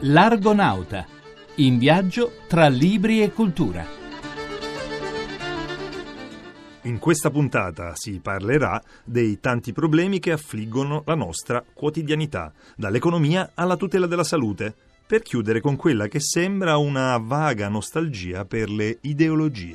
L'Argonauta, in viaggio tra libri e cultura. In questa puntata si parlerà dei tanti problemi che affliggono la nostra quotidianità, dall'economia alla tutela della salute, per chiudere con quella che sembra una vaga nostalgia per le ideologie.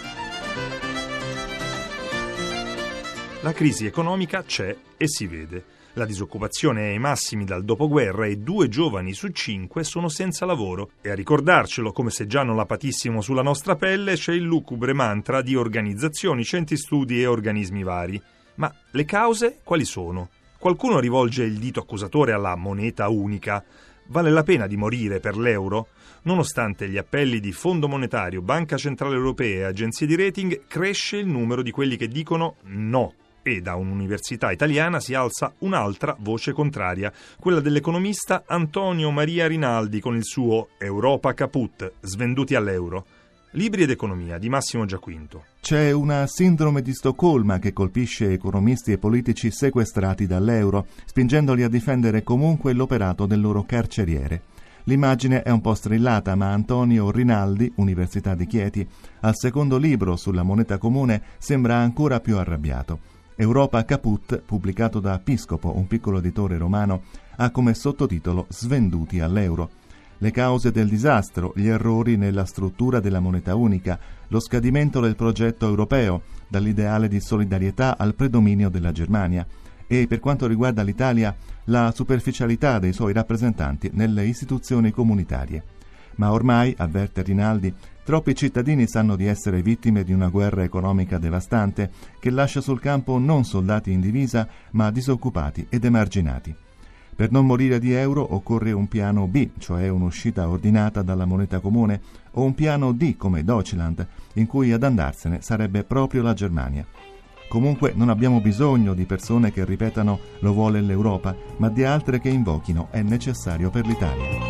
La crisi economica c'è e si vede. La disoccupazione è ai massimi dal dopoguerra e 2 giovani su 5 sono senza lavoro. E a ricordarcelo, come se già non la patissimo sulla nostra pelle, c'è il lugubre mantra di organizzazioni, centri studi e organismi vari. Ma le cause quali sono? Qualcuno rivolge il dito accusatore alla moneta unica. Vale la pena di morire per l'euro? Nonostante gli appelli di Fondo Monetario, Banca Centrale Europea e agenzie di rating, cresce il numero di quelli che dicono no. E da un'università italiana si alza un'altra voce contraria, quella dell'economista Antonio Maria Rinaldi con il suo Europa Caput, svenduti all'euro. Libri ed economia di Massimo Giaquinto. C'è una sindrome di Stoccolma che colpisce economisti e politici sequestrati dall'euro, spingendoli a difendere comunque l'operato del loro carceriere. L'immagine è un po' strillata, ma Antonio Rinaldi, Università di Chieti, al secondo libro sulla moneta comune sembra ancora più arrabbiato. Europa Caput, pubblicato da Piscopo, un piccolo editore romano, ha come sottotitolo Svenduti all'euro. Le cause del disastro, gli errori nella struttura della moneta unica, lo scadimento del progetto europeo, dall'ideale di solidarietà al predominio della Germania e, per quanto riguarda l'Italia, la superficialità dei suoi rappresentanti nelle istituzioni comunitarie. Ma ormai, avverte Rinaldi, troppi cittadini sanno di essere vittime di una guerra economica devastante che lascia sul campo non soldati in divisa, ma disoccupati ed emarginati. Per non morire di euro occorre un piano B, cioè un'uscita ordinata dalla moneta comune, o un piano D come Deutschland, in cui ad andarsene sarebbe proprio la Germania. Comunque non abbiamo bisogno di persone che ripetano «lo vuole l'Europa», ma di altre che invochino «è necessario per l'Italia».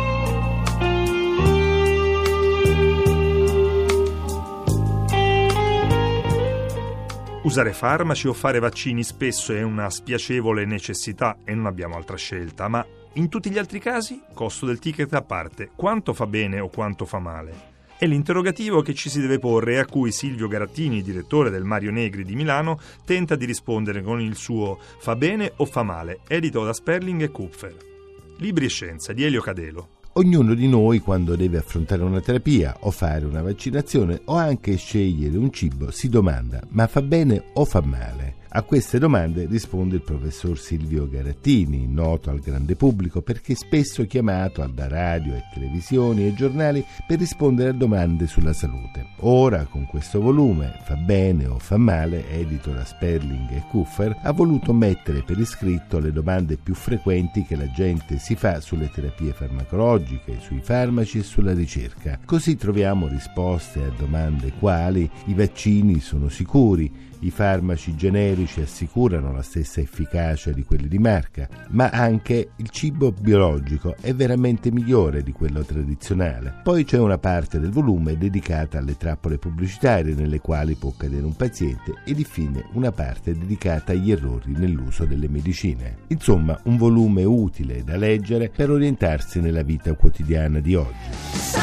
Usare farmaci o fare vaccini spesso è una spiacevole necessità e non abbiamo altra scelta, ma in tutti gli altri casi, costo del ticket a parte, quanto fa bene o quanto fa male? È l'interrogativo che ci si deve porre e a cui Silvio Garattini, direttore del Mario Negri di Milano, tenta di rispondere con il suo Fa bene o fa male, edito da Sperling e Kupfer. Libri e scienza di Elio Cadelo. Ognuno di noi, quando deve affrontare una terapia o fare una vaccinazione o anche scegliere un cibo, si domanda: ma fa bene o fa male? A queste domande risponde il professor Silvio Garattini, noto al grande pubblico perché spesso chiamato da radio e televisioni e giornali per rispondere a domande sulla salute. Ora, con questo volume, Fa bene o fa male, edito da Sperling e Kupfer, ha voluto mettere per iscritto le domande più frequenti che la gente si fa sulle terapie farmacologiche, sui farmaci e sulla ricerca. Così troviamo risposte a domande quali: i vaccini sono sicuri, i farmaci generici assicurano la stessa efficacia di quelli di marca, ma anche il cibo biologico è veramente migliore di quello tradizionale. Poi c'è una parte del volume dedicata alle trappole pubblicitarie nelle quali può cadere un paziente ed infine una parte dedicata agli errori nell'uso delle medicine. Insomma, un volume utile da leggere per orientarsi nella vita quotidiana di oggi.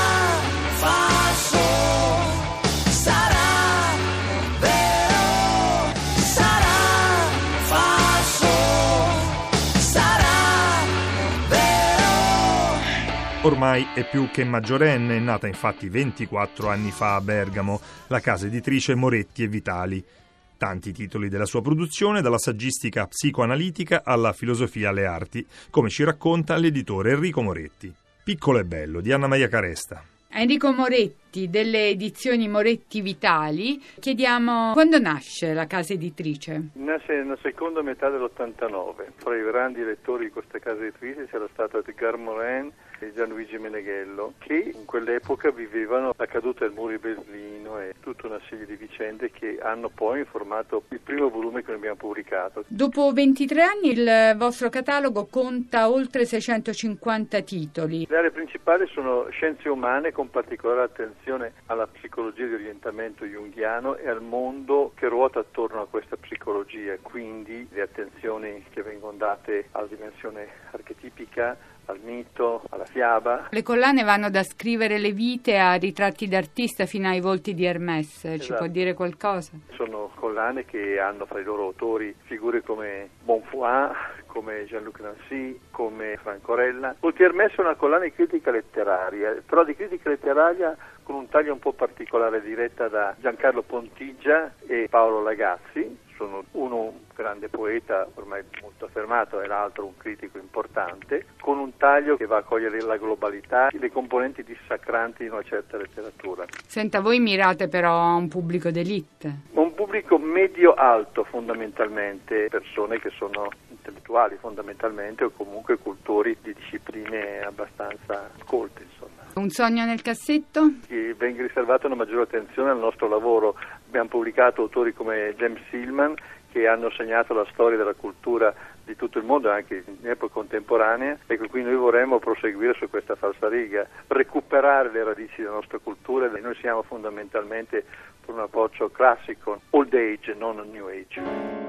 Ormai è più che maggiorenne, è nata infatti 24 anni fa a Bergamo, la casa editrice Moretti e Vitali. Tanti titoli della sua produzione, dalla saggistica psicoanalitica alla filosofia alle arti, come ci racconta l'editore Enrico Moretti. Piccolo e bello, di Anna Maria Caresta. Enrico Moretti, delle edizioni Moretti Vitali, chiediamo quando nasce la casa editrice? Nasce nella seconda metà dell'89. Fra i grandi lettori di questa casa editrice c'era stato Edgar Morin e Gianluigi Meneghello, che in quell'epoca vivevano la caduta del muro di Berlino e tutta una serie di vicende che hanno poi formato il primo volume che noi abbiamo pubblicato. Dopo 23 anni il vostro catalogo conta oltre 650 titoli. Le aree principali sono scienze umane, con particolare attenzione alla psicologia di orientamento junghiano e al mondo che ruota attorno a questa psicologia, quindi le attenzioni che vengono date alla dimensione archetipica, al mito, alla fiaba. Le collane vanno da scrivere le vite a ritratti d'artista fino ai volti di Hermès. Esatto. Ci può dire qualcosa? Sono collane che hanno fra i loro autori figure come Bonfoy, come Jean-Luc Nancy, come Francorella. Ulti Hermès è una collana di critica letteraria, però di critica letteraria con un taglio un po' particolare, diretta da Giancarlo Pontigia e Paolo Lagazzi. Sono uno un grande poeta, ormai molto affermato, e l'altro un critico importante, con un taglio che va a cogliere la globalità, le componenti dissacranti di una certa letteratura. Senta, voi mirate però a un pubblico d'élite. Un pubblico medio-alto fondamentalmente, persone che sono intellettuali fondamentalmente o comunque cultori di discipline abbastanza colte, insomma. Un sogno nel cassetto? Che venga riservata una maggiore attenzione al nostro lavoro. Abbiamo pubblicato autori come James Hillman che hanno segnato la storia della cultura di tutto il mondo, anche in epoca contemporanea, e qui noi vorremmo proseguire su questa falsariga, recuperare le radici della nostra cultura. Noi siamo fondamentalmente per un approccio classico, old age, non new age.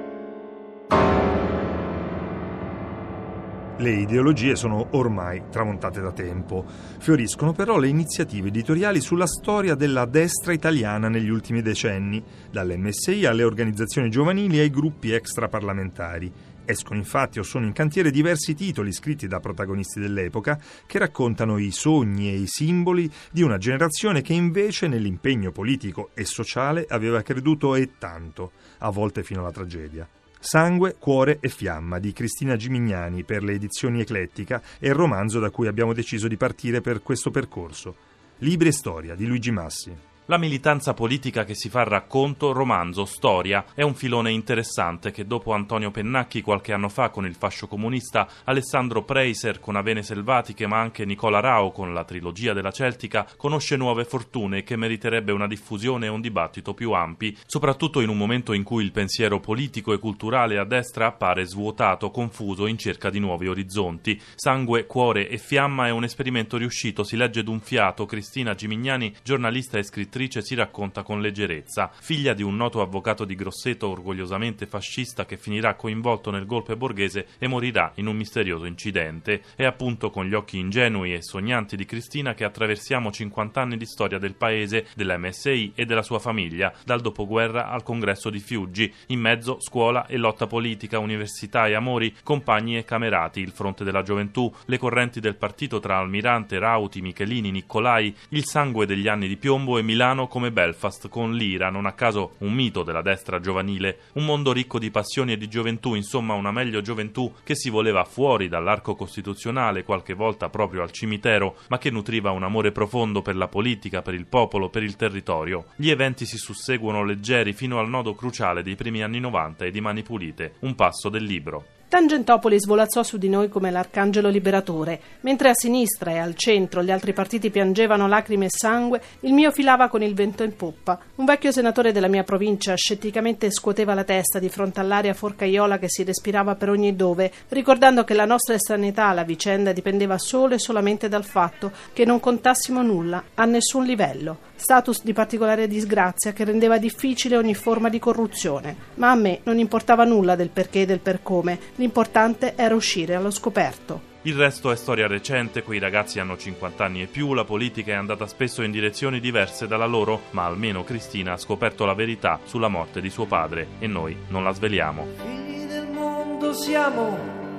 Le ideologie sono ormai tramontate da tempo. Fioriscono però le iniziative editoriali sulla storia della destra italiana negli ultimi decenni, dall'MSI alle organizzazioni giovanili ai gruppi extraparlamentari. Escono infatti o sono in cantiere diversi titoli scritti da protagonisti dell'epoca che raccontano i sogni e i simboli di una generazione che invece nell'impegno politico e sociale aveva creduto e tanto, a volte fino alla tragedia. Sangue, cuore e fiamma di Cristina Gimignani per le edizioni Eclettica è il romanzo da cui abbiamo deciso di partire per questo percorso. Libri e storia di Luigi Massi. La militanza politica che si fa racconto, romanzo, storia è un filone interessante che dopo Antonio Pennacchi qualche anno fa con il fascio comunista, Alessandro Preiser con Avene Selvatiche ma anche Nicola Rao con la trilogia della Celtica conosce nuove fortune e che meriterebbe una diffusione e un dibattito più ampi, soprattutto in un momento in cui il pensiero politico e culturale a destra appare svuotato, confuso, in cerca di nuovi orizzonti. Sangue, cuore e fiamma è un esperimento riuscito, si legge d'un fiato. Cristina Gimignani, giornalista e scrittrice, si racconta con leggerezza. Figlia di un noto avvocato di Grosseto orgogliosamente fascista che finirà coinvolto nel golpe borghese e morirà in un misterioso incidente. È appunto con gli occhi ingenui e sognanti di Cristina che attraversiamo 50 anni di storia del paese, della MSI e della sua famiglia, dal dopoguerra al congresso di Fiuggi. In mezzo scuola e lotta politica, università e amori, compagni e camerati, il fronte della gioventù, le correnti del partito tra Almirante, Rauti, Michelini, Niccolai, il sangue degli anni di piombo e Milano come Belfast con l'Ira, non a caso un mito della destra giovanile, un mondo ricco di passioni e di gioventù, insomma una meglio gioventù che si voleva fuori dall'arco costituzionale, qualche volta proprio al cimitero, ma che nutriva un amore profondo per la politica, per il popolo, per il territorio. Gli eventi si susseguono leggeri fino al nodo cruciale dei primi anni 90 e di Mani Pulite, un passo del libro. Tangentopoli svolazzò su di noi come l'arcangelo liberatore. Mentre a sinistra e al centro gli altri partiti piangevano lacrime e sangue, il mio filava con il vento in poppa. Un vecchio senatore della mia provincia scetticamente scuoteva la testa di fronte all'aria forcaiola che si respirava per ogni dove, ricordando che la nostra estraneità alla vicenda dipendeva solo e solamente dal fatto che non contassimo nulla, a nessun livello. Status di particolare disgrazia che rendeva difficile ogni forma di corruzione. Ma a me non importava nulla del perché e del per come. L'importante era uscire allo scoperto. Il resto è storia recente, quei ragazzi hanno 50 anni e più, la politica è andata spesso in direzioni diverse dalla loro, ma almeno Cristina ha scoperto la verità sulla morte di suo padre e noi non la sveliamo. Figli del mondo siamo,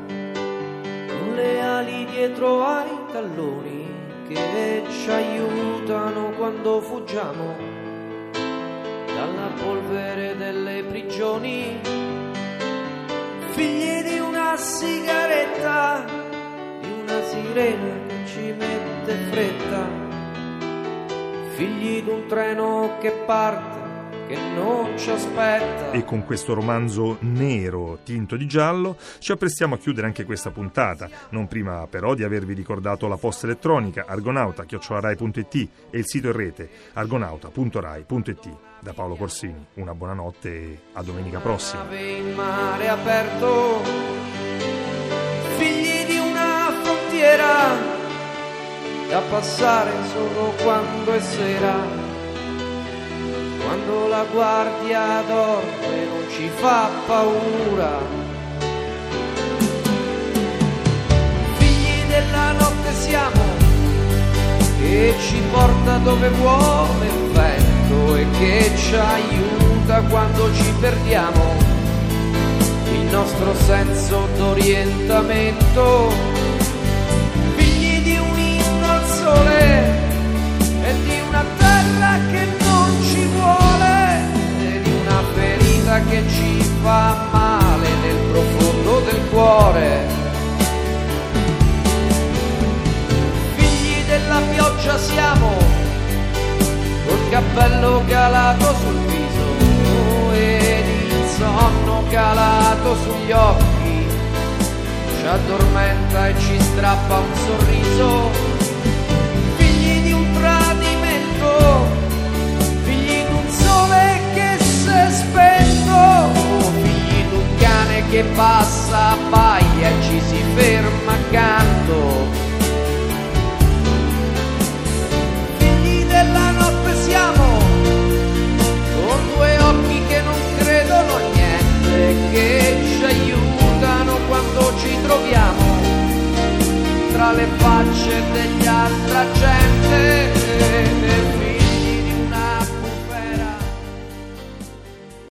con le ali dietro ai talloni che ci aiutano quando fuggiamo dalla polvere delle prigioni. Figli di una sigaretta, di una sirena che ci mette fretta, figli d'un treno che parte, che non ci aspetta. E con questo romanzo nero tinto di giallo ci apprestiamo a chiudere anche questa puntata, non prima però di avervi ricordato la posta elettronica argonauta@rai.it e il sito in rete argonauta.rai.it. Da Paolo Corsini, una buonanotte e a domenica prossima. In mare aperto, figli di una frontiera da passare solo quando è sera, quando la guardia dorme non ci fa paura. Figli del della notte siamo, che ci porta dove vuole il vento e che ci aiuta quando ci perdiamo il nostro senso d'orientamento. Figli di un inno al sole e di una terra che non ci vuole, e di una ferita che ci fa male nel profondo del cuore. Figli della pioggia siamo, col cappello calato sul viso ed il sonno calato sugli occhi, ci addormenta e ci strappa un sorriso. Figli di un tradimento, figli di un sole che s'è spento, figli di un cane che passa, abbaia e ci si ferma accanto. Figli della notte siamo, con due occhi che non credono a niente, che ci aiutano quando ci troviamo tra le facce degli altra gente.